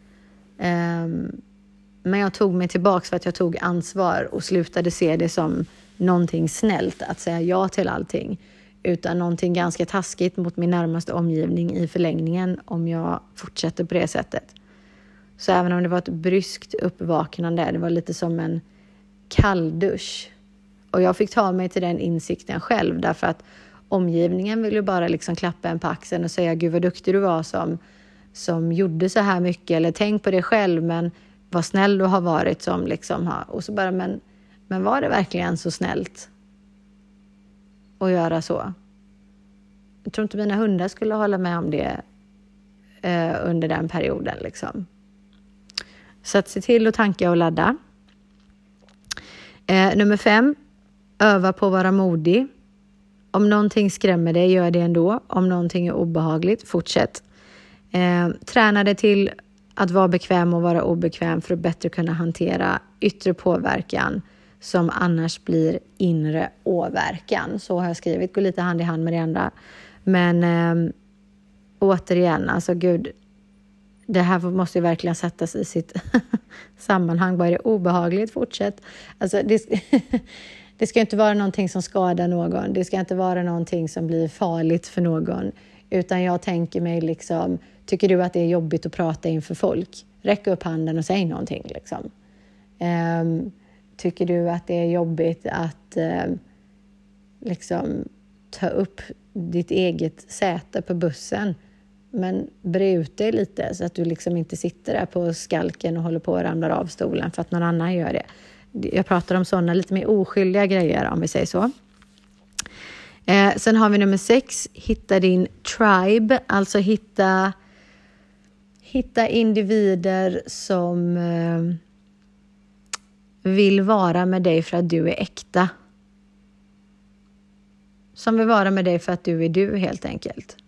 Men jag tog mig tillbaka för att jag tog ansvar och slutade se det som någonting snällt att säga ja till allting. Utan någonting ganska taskigt mot min närmaste omgivning i förlängningen om jag fortsätter på det sättet. Så även om det var ett bryskt uppvaknande, det var lite som en kalldusch. Och jag fick ta mig till den insikten själv, därför att omgivningen ville ju bara klappa en på axeln och säga gud vad duktig du var som gjorde så här mycket, eller tänk på det själv, men vad snäll du har varit som och så bara, men var det verkligen så snällt att göra så? Jag tror inte mina hundar skulle hålla med om det under den perioden Så att se till att tanka och ladda. Nummer 5. Öva på att vara modig. Om någonting skrämmer dig, gör det ändå. Om någonting är obehagligt, fortsätt. Träna dig till att vara bekväm och vara obekväm för att bättre kunna hantera yttre påverkan som annars blir inre åverkan. Så har jag skrivit, går lite hand i hand med det andra. Men återigen, gud, det här måste ju verkligen sättas i sitt sammanhang. Vad är det obehagligt? Fortsätt. Det ska inte vara någonting som skadar någon. Det ska inte vara någonting som blir farligt för någon. Utan jag tänker mig tycker du att det är jobbigt att prata inför folk? Räck upp handen och säg någonting Tycker du att det är jobbigt att ta upp ditt eget säte på bussen? Men bre ut dig lite så att du inte sitter där på skalken och håller på att ramla av stolen för att någon annan gör det. Jag pratar om sådana lite mer oskyldiga grejer, om vi säger så. Sen har vi nummer 6. Hitta din tribe. Alltså hitta individer som vill vara med dig för att du är äkta. Som vill vara med dig för att du är du, helt enkelt.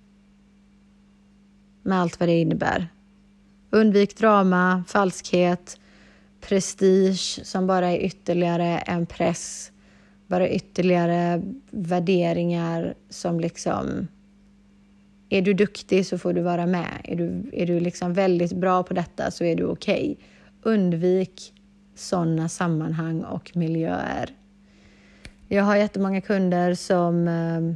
Med allt vad det innebär. Undvik drama, falskhet, prestige som bara är ytterligare en press. Bara ytterligare värderingar som är du duktig så får du vara med. Är du väldigt bra på detta så är du okej. Undvik sådana sammanhang och miljöer. Jag har jättemånga kunder som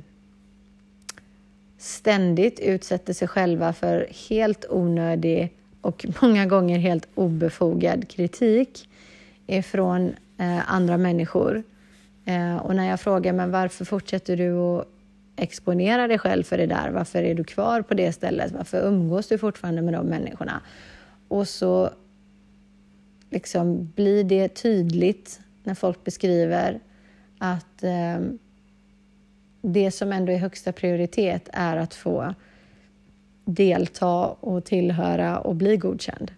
ständigt utsätter sig själva för helt onödig och många gånger helt obefogad kritik ifrån andra människor. Och när jag frågar, men varför fortsätter du att exponera dig själv för det där? Varför är du kvar på det stället? Varför umgås du fortfarande med de människorna? Och så blir det tydligt när folk beskriver att det som ändå är högsta prioritet är att få delta och tillhöra och bli godkänd.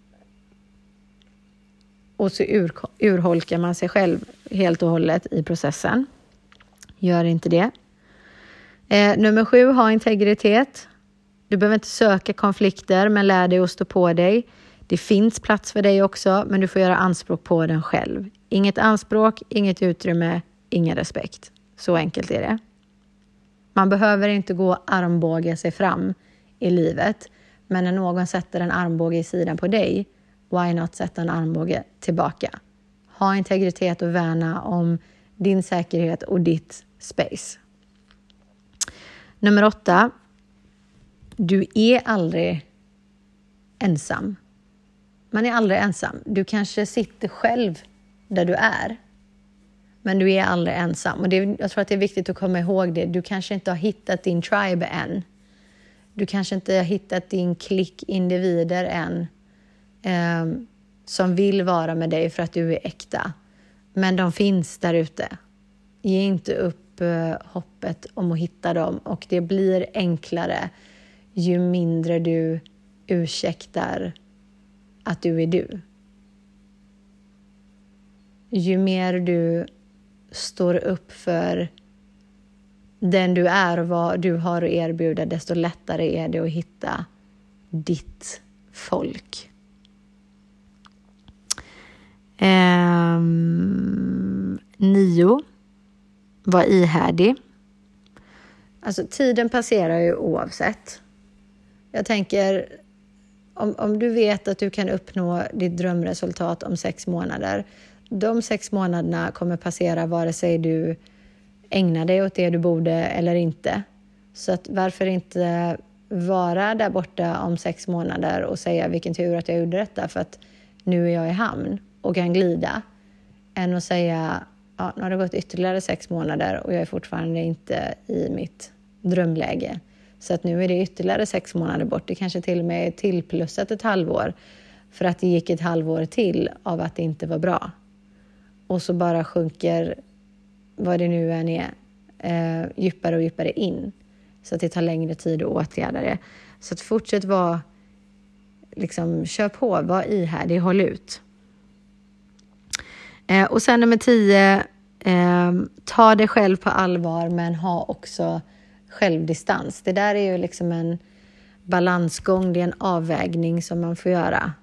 Och så urholkar man sig själv helt och hållet i processen. Gör inte det. Nummer 7, ha integritet. Du behöver inte söka konflikter, men lär dig att stå på dig. Det finns plats för dig också, men du får göra anspråk på den själv. Inget anspråk, inget utrymme, ingen respekt. Så enkelt är det. Man behöver inte gå och armbåga sig fram i livet. Men när någon sätter en armbåge i sidan på dig, why not sätta en armbåge tillbaka? Ha integritet och värna om din säkerhet och ditt space. Nummer 8. Du är aldrig ensam. Man är aldrig ensam. Du kanske sitter själv där du är. Men du är aldrig ensam. Och jag tror att det är viktigt att komma ihåg det. Du kanske inte har hittat din tribe än. Du kanske inte har hittat din klick individer än. Som vill vara med dig för att du är äkta. Men de finns där ute. Ge inte upp hoppet om att hitta dem. Och det blir enklare ju mindre du ursäktar att du är du. Ju mer du står upp för den du är och vad du har att erbjuda, desto lättare är det att hitta ditt folk. 9. Var ihärdig. Alltså tiden passerar ju oavsett. Jag tänker, om du vet att du kan uppnå ditt drömresultat om 6 månader. De 6 månaderna kommer passera vare sig du ägnar dig åt det du borde eller inte. Så att varför inte vara där borta om 6 månader och säga vilken tur att jag gjorde detta för att nu är jag i hamn och kan glida. Än att säga, ja, nu har det gått ytterligare 6 månader och jag är fortfarande inte i mitt drömläge. Så att nu är det ytterligare 6 månader bort. Det kanske till och med är tillplussat ett halvår. För att det gick ett halvår till av att det inte var bra. Och så bara sjunker, vad det nu än är, djupare och djupare in. Så att det tar längre tid att åtgärda det. Så att fortsätt vara, liksom, kör på, var ihärdig, håll ut. Och sen nummer 10, ta dig själv på allvar men ha också självdistans. Det där är ju liksom en balansgång, det är en avvägning som man får göra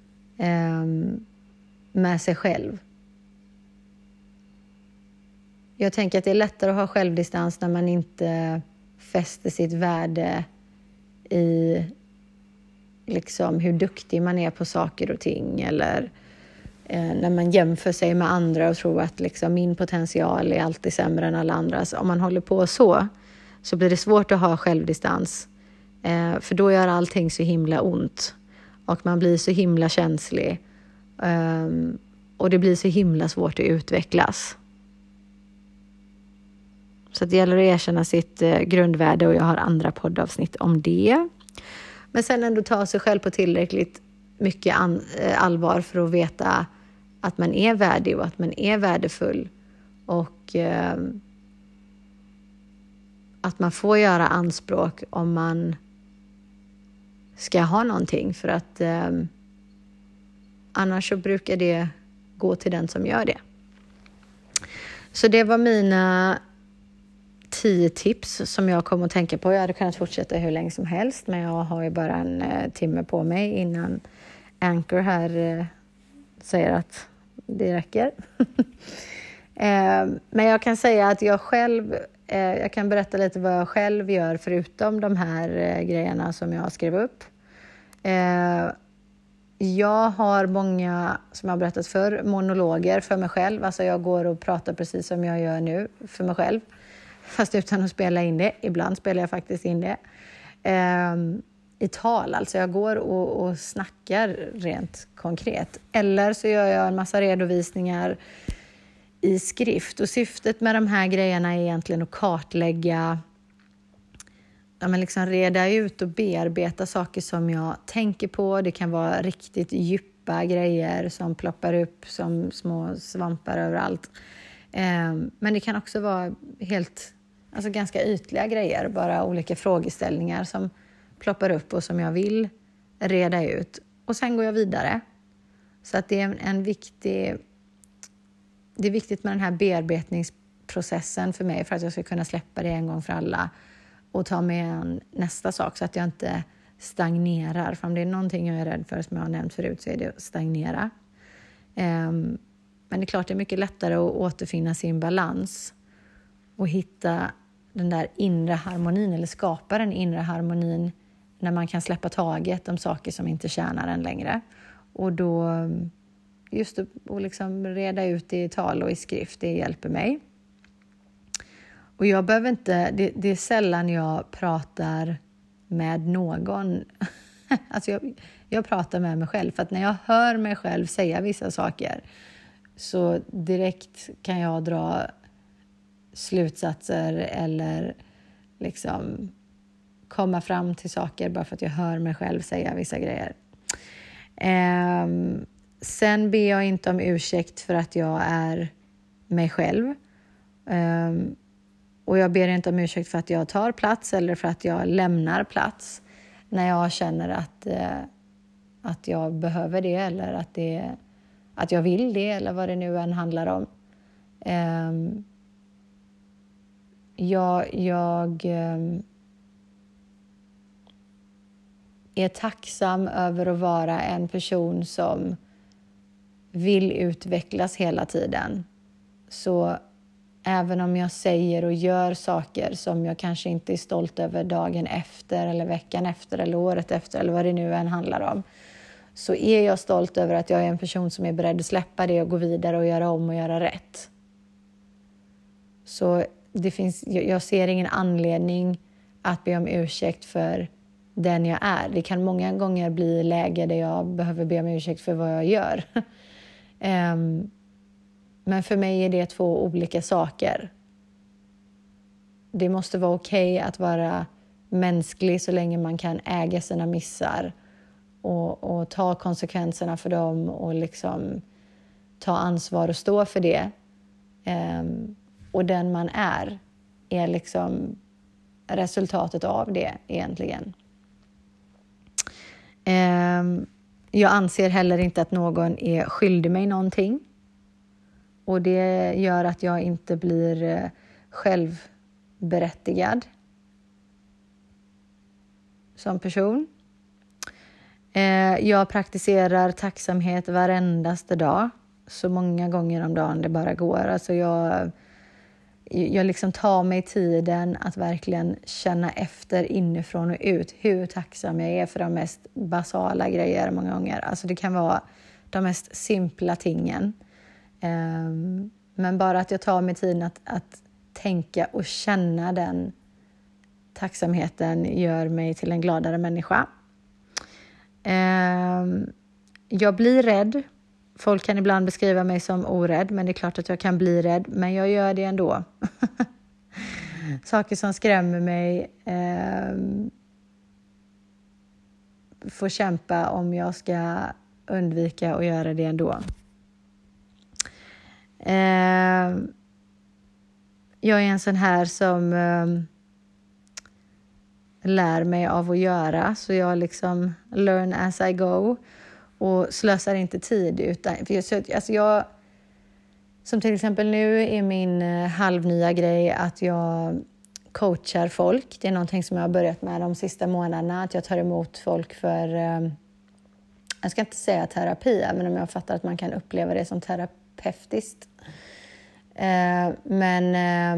med sig själv. Jag tänker att det är lättare att ha självdistans när man inte fäster sitt värde i liksom hur duktig man är på saker och ting, eller när man jämför sig med andra och tror att liksom min potential är alltid sämre än alla andras. Om man håller på så blir det svårt att ha självdistans. För då gör allting så himla ont. Och man blir så himla känslig. Och det blir så himla svårt att utvecklas. Så det gäller att erkänna sitt grundvärde, och jag har andra poddavsnitt om det. Men sen ändå ta sig själv på tillräckligt mycket allvar för att veta att man är värdig och att man är värdefull. Och att man får göra anspråk om man ska ha någonting. För att annars så brukar det gå till den som gör det. Så det var mina 10 tips som jag kom att tänka på. Jag hade kunnat fortsätta hur länge som helst, men jag har ju bara en timme på mig innan Anchor här säger att det räcker. Men jag kan säga att jag själv, jag kan berätta lite vad jag själv gör förutom de här grejerna som jag skrev upp. Jag har många, som jag har berättat för, monologer för mig själv. Alltså jag går och pratar precis som jag gör nu för mig själv. Fast utan att spela in det. Ibland spelar jag faktiskt in det. I tal, alltså jag går och snackar rent konkret. Eller så gör jag en massa redovisningar i skrift. Och syftet med de här grejerna är egentligen att kartlägga, liksom reda ut och bearbeta saker som jag tänker på. Det kan vara riktigt djupa grejer som ploppar upp som små svampar överallt. Men det kan också vara ganska ytliga grejer. Bara olika frågeställningar som ploppar upp och som jag vill reda ut. Och sen går jag vidare. Så att det är det är viktigt med den här bearbetningsprocessen för mig, för att jag ska kunna släppa det en gång för alla och ta med nästa sak, så att jag inte stagnerar. För om det är någonting jag är rädd för, som jag har nämnt förut, så är det att stagnera. Men Men det är klart det är mycket lättare att återfinna sin balans och hitta den där inre harmonin eller skapa den inre harmonin när man kan släppa taget om saker som inte tjänar en längre. Och då just att liksom reda ut det i tal och i skrift, det hjälper mig. Och jag behöver inte, det är sällan jag pratar med någon. Alltså jag pratar med mig själv, för att när jag hör mig själv säga vissa saker så direkt kan jag dra slutsatser eller liksom komma fram till saker bara för att jag hör mig själv säga vissa grejer. Sen ber jag inte om ursäkt för att jag är mig själv. Och jag ber inte om ursäkt för att jag tar plats eller för att jag lämnar plats när jag känner att jag behöver det eller att jag vill det eller vad det nu än handlar om. Jag är tacksam över att vara en person som vill utvecklas hela tiden. Så även om jag säger och gör saker som jag kanske inte är stolt över dagen efter eller veckan efter eller året efter eller vad det nu än handlar om, så är jag stolt över att jag är en person som är beredd att släppa det och gå vidare och göra om och göra rätt. Så jag ser ingen anledning att be om ursäkt för den jag är. Det kan många gånger bli läge där jag behöver be om ursäkt för vad jag gör. Men för mig är det två olika saker. Det måste vara okej att vara mänsklig så länge man kan äga sina missar och ta konsekvenserna för dem och liksom ta ansvar och stå för det. Och den man är liksom resultatet av det egentligen. Jag anser heller inte att någon är skyldig mig någonting. Och det gör att jag inte blir självberättigad som person. Jag praktiserar tacksamhet varendaste dag. Så många gånger om dagen det bara går. Alltså jag liksom tar mig tiden att verkligen känna efter inifrån och ut hur tacksam jag är för de mest basala grejer många gånger. Alltså det kan vara de mest simpla tingen. Men bara att jag tar mig tiden att tänka och känna den tacksamheten gör mig till en gladare människa. Jag blir rädd. Folk kan ibland beskriva mig som orädd, men det är klart att jag kan bli rädd, men jag gör det ändå. Saker som skrämmer mig får kämpa om jag ska undvika att göra det ändå. Jag är en sån här som lär mig av att göra, så jag liksom learn as I go och slösar inte tid utan jag som till exempel nu är min halvnya grej att jag coachar folk. Det är någonting som jag har börjat med de sista månaderna, att jag tar emot folk för jag ska inte säga terapi, även om jag fattar att man kan uppleva det som terapeutiskt. Men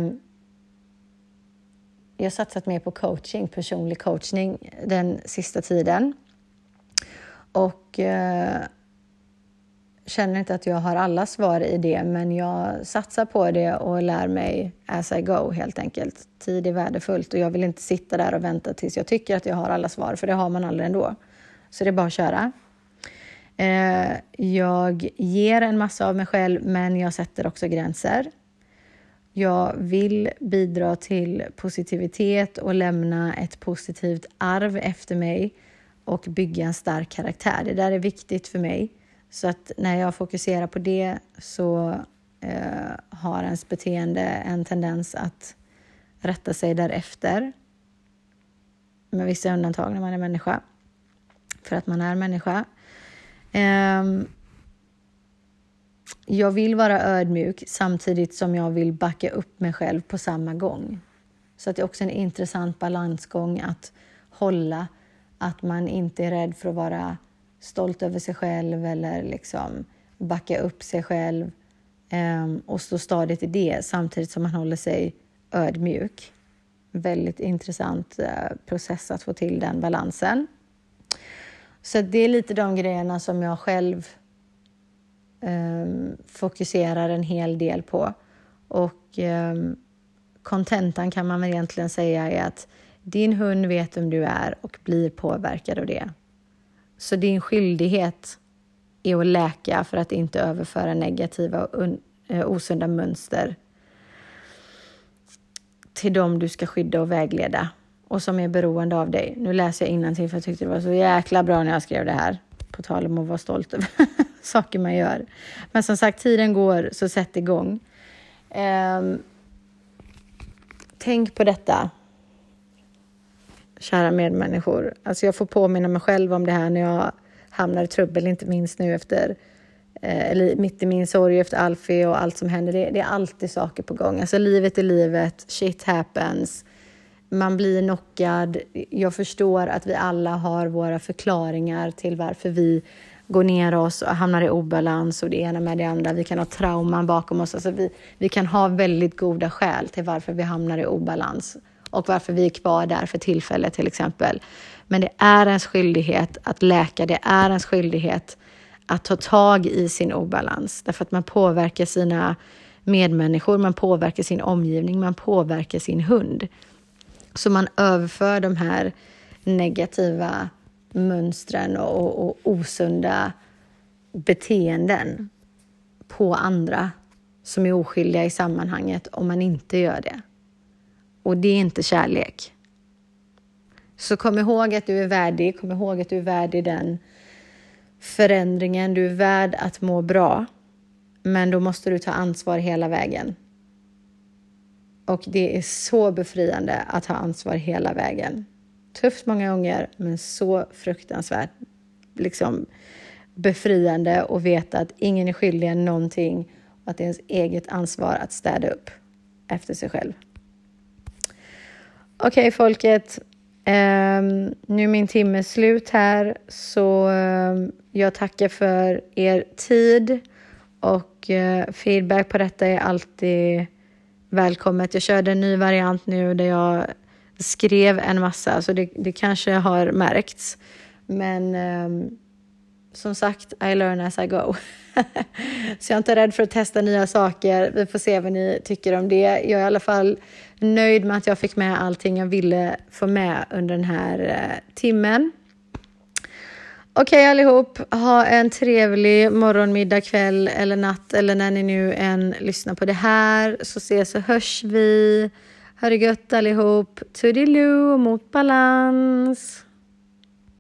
jag har satsat mer på coaching, personlig coachning den sista tiden. Och känner inte att jag har alla svar i det, men jag satsar på det och lär mig as I go helt enkelt. Tid är värdefullt och jag vill inte sitta där och vänta tills jag tycker att jag har alla svar, för det har man aldrig ändå. Så det är bara att köra. Jag ger en massa av mig själv, men jag sätter också gränser. Jag vill bidra till positivitet och lämna ett positivt arv efter mig och bygga en stark karaktär. Det där är viktigt för mig. Så att när jag fokuserar på det så har ens beteende en tendens att rätta sig därefter. Med vissa undantag när man är människa. För att man är människa. Jag vill vara ödmjuk samtidigt som jag vill backa upp mig själv på samma gång. Så att det är också en intressant balansgång att hålla. Att man inte är rädd för att vara stolt över sig själv eller liksom backa upp sig själv. Och stå stadigt i det samtidigt som man håller sig ödmjuk. Väldigt intressant process att få till den balansen. Så det är lite de grejerna som jag själv fokuserar en hel del på. Och kontentan kan man väl egentligen säga är att din hund vet vem du är och blir påverkad av det. Så din skyldighet är att läka för att inte överföra negativa och osunda mönster till dem du ska skydda och vägleda och som är beroende av dig. Nu läser jag innantill för jag tyckte det var så jäkla bra när jag skrev det här. På tal om att vara stolt över saker man gör. Men som sagt, tiden går, så sätt igång. Tänk på detta, kära medmänniskor. Alltså jag får påminna mig själv om det här när jag hamnar i trubbel, inte minst nu eller mitt i min sorg efter Alfie och allt som händer. Det är alltid saker på gång. Alltså livet är livet, shit happens. Man blir knockad. Jag förstår att vi alla har våra förklaringar till varför vi går ner oss och hamnar i obalans och det ena med det andra. Vi kan ha trauman bakom oss. Alltså vi kan ha väldigt goda skäl till varför vi hamnar i obalans och varför vi är kvar där för tillfället till exempel. Men det är ens skyldighet att läka. Det är ens skyldighet att ta tag i sin obalans. Därför att man påverkar sina medmänniskor, man påverkar sin omgivning, man påverkar sin hund. Så man överför de här negativa mönstren och osunda beteenden på andra som är oskyldiga i sammanhanget om man inte gör det. Och det är inte kärlek. Så kom ihåg att du är värdig. Kom ihåg att du är värdig den förändringen. Du är värd att må bra. Men då måste du ta ansvar hela vägen. Och det är så befriande att ha ansvar hela vägen. Tufft många gånger, men så fruktansvärt befriande att veta att ingen är skyldig än någonting och att det är ens eget ansvar att städa upp efter sig själv. Okej, folket. Nu är min timme slut här, så jag tackar för er tid och feedback på detta är alltid välkommet. Jag körde en ny variant nu där jag skrev en massa, så det kanske har märkts. Men som sagt, I learn as I go. Så jag är inte rädd för att testa nya saker. Vi får se vad ni tycker om det. Jag är i alla fall nöjd med att jag fick med allting jag ville få med under den här timmen. Okej allihop, ha en trevlig morgon, middag, kväll eller natt eller när ni nu än lyssnar på det här. Så ses och hörs vi. Ha det gött allihop. Toodiloo, mot balans.